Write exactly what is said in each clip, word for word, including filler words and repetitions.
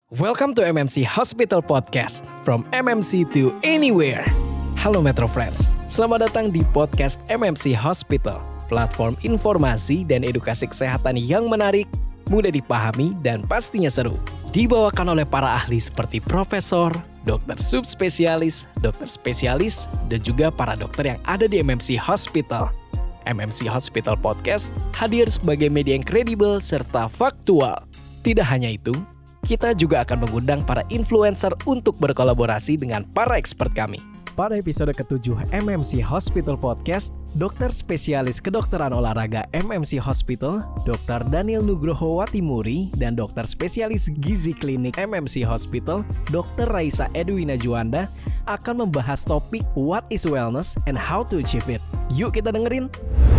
Welcome to M M C Hospital Podcast, from M M C to anywhere. Halo Metro Friends, selamat datang di podcast M M C Hospital, platform informasi dan edukasi kesehatan yang menarik, mudah dipahami, dan pastinya seru. Dibawakan oleh para ahli seperti profesor, dokter subspesialis, dokter spesialis, dan juga para dokter yang ada di M M C Hospital. M M C Hospital Podcast hadir sebagai media yang kredibel serta faktual. Tidak hanya itu, kita juga akan mengundang para influencer untuk berkolaborasi dengan para expert kami. Pada episode ketujuh M M C Hospital Podcast, dokter spesialis kedokteran olahraga M M C Hospital, dokter Daniel Nugroho Watimuri, dan dokter spesialis gizi klinik M M C Hospital, dokter Raisa Edwina Juanda, akan membahas topik What is Wellness and How to Achieve It. Yuk kita dengerin!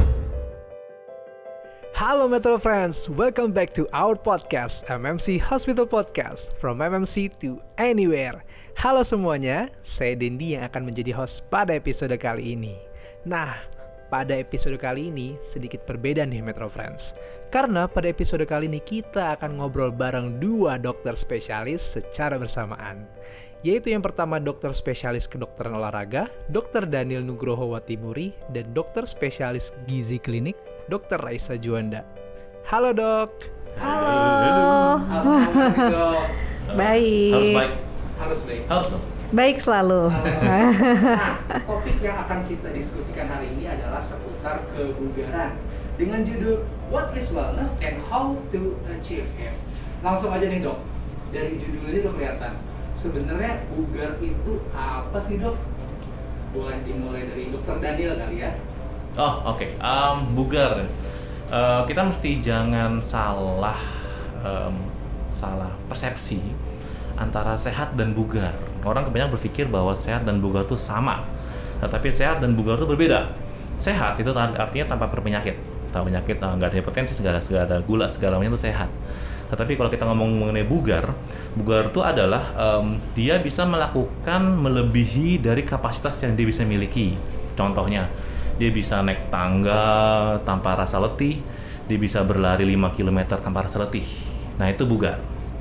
Halo Metro Friends, welcome back to our podcast M M C Hospital Podcast, from M M C to anywhere. Halo semuanya, saya Dendi yang akan menjadi host pada episode kali ini. Nah, pada episode kali ini sedikit berbeda nih Metro Friends, karena pada episode kali ini kita akan ngobrol bareng dua dokter spesialis secara bersamaan, yaitu yang pertama dokter spesialis kedokteran olahraga, dokter Daniel Nugroho Watimuri, dan dokter spesialis gizi klinik, dokter Raisa Juanda. Halo dok. Halo. Halo dok. Baik. Harus baik. Harus baik. Harus dong. Baik selalu. Nah, topik yang akan kita diskusikan hari ini adalah seputar kebugaran dengan judul What is Wellness and How to Achieve It. Langsung aja nih dok, dari judulnya udah kelihatan. Sebenarnya bugar itu apa sih dok? Boleh dimulai dari dokter Daniel kali ya? Oh oke, okay. um, bugar. Uh, kita mesti jangan salah um, salah persepsi antara sehat dan bugar. Orang kebanyakan berpikir bahwa sehat dan bugar itu sama, tetapi sehat dan bugar itu berbeda. Sehat itu artinya tanpa berpenyakit, tanpa penyakit, nggak ada hipertensi, segala segala gula segalanya itu sehat. Tetapi kalau kita ngomong mengenai bugar, bugar itu adalah um, dia bisa melakukan melebihi dari kapasitas yang dia bisa miliki. Contohnya, dia bisa naik tangga tanpa rasa letih, dia bisa berlari lima kilometer tanpa rasa letih. Nah itu bugar.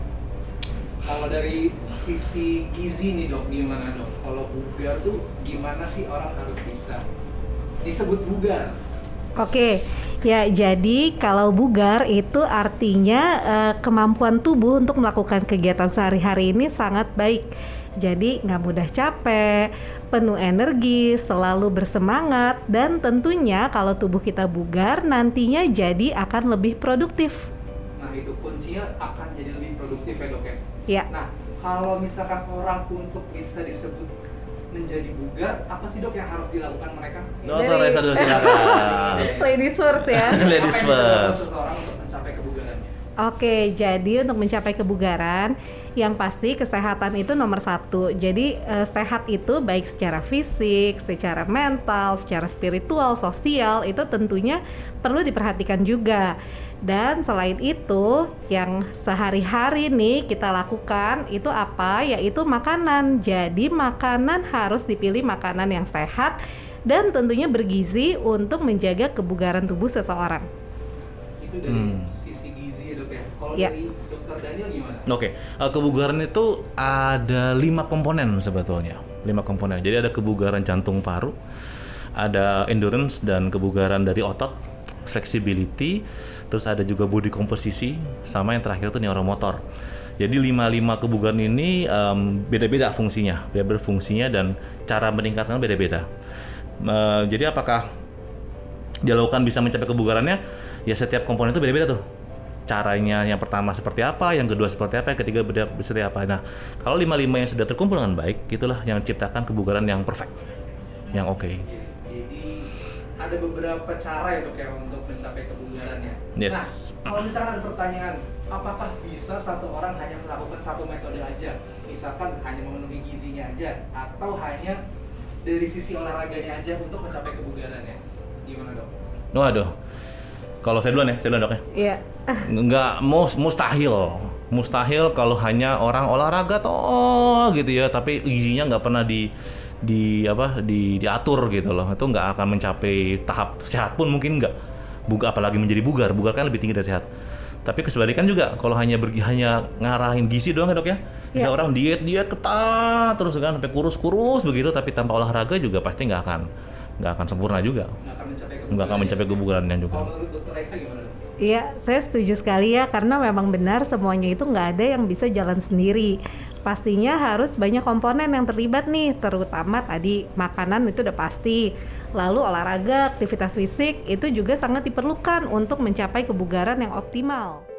Kalau dari sisi gizi nih dok, gimana dok? Kalau bugar tuh gimana sih orang harus bisa disebut bugar? Oke, ya jadi kalau bugar itu artinya uh, kemampuan tubuh untuk melakukan kegiatan sehari-hari ini sangat baik. Jadi nggak mudah capek, penuh energi, selalu bersemangat, dan tentunya kalau tubuh kita bugar nantinya jadi akan lebih produktif. Nah itu kuncinya akan jadi lebih produktif ya dok ya? Ya. Nah kalau misalkan orang untuk bisa disebut menjadi bugar, apa sih dok yang harus dilakukan mereka? Dokter Raisa dulu silakan. Ladies first ya. Ladies Apa yang bisa first. dilakukan seseorang untuk mencapai kebugarannya? Oke, jadi untuk mencapai kebugaran, yang pasti kesehatan itu nomor satu. Jadi eh, sehat itu baik secara fisik, secara mental, secara spiritual, sosial, itu tentunya perlu diperhatikan juga. Dan selain itu, yang sehari-hari nih kita lakukan itu apa? Yaitu makanan. Jadi makanan harus dipilih makanan yang sehat dan tentunya bergizi untuk menjaga kebugaran tubuh seseorang. Itu dari Hmm. sisi gizi ya dok ya? Kalau Ya. dari dokter Daniel gimana? Oke, okay. uh, kebugaran itu ada lima komponen sebetulnya. Lima komponen. Jadi ada kebugaran jantung paru, ada endurance dan kebugaran dari otot, flexibility, terus ada juga body composition, sama yang terakhir itu neuromotor. Jadi lima-lima kebugaran ini um, beda-beda fungsinya, beda-beda fungsinya dan cara meningkatkan beda-beda. Uh, jadi apakah dilakukan bisa mencapai kebugarannya? Ya setiap komponen itu beda-beda tuh. Caranya yang pertama seperti apa, yang kedua seperti apa, yang ketiga beda seperti apa. Nah, kalau lima-lima yang sudah terkumpul dengan baik, itulah yang menciptakan kebugaran yang perfect, yang oke. Okay. Jadi ada beberapa cara ya dok ya untuk mencapai kebugarannya. Yes. Nah, kalau misalkan ada pertanyaan, apakah bisa satu orang hanya melakukan satu metode aja? Misalkan hanya memenuhi gizinya aja, atau hanya dari sisi olahraganya aja untuk mencapai kebugarannya? Gimana dok? Waduh, kalau saya duluan ya, saya duluan dok ya. Iya. Nggak, mus, mustahil, mustahil kalau hanya orang olahraga toh gitu ya, tapi gizinya nggak pernah di di apa di diatur gitu loh, itu nggak akan mencapai tahap sehat pun mungkin nggak. Buga, apalagi menjadi bugar, bugar kan lebih tinggi dari sehat. Tapi kesebalikan juga, kalau hanya bergi, hanya ngarahin gizi doang ya dok ya. Bisa Yeah. orang diet diet ketat terus kan sampai kurus-kurus begitu, tapi tanpa olahraga juga pasti nggak akan nggak akan sempurna juga. Nggak akan mencapai kebugarannya juga. Iya, saya setuju sekali ya, karena memang benar semuanya itu nggak ada yang bisa jalan sendiri. Pastinya harus banyak komponen yang terlibat nih, terutama tadi makanan itu udah pasti. Lalu olahraga, aktivitas fisik itu juga sangat diperlukan untuk mencapai kebugaran yang optimal.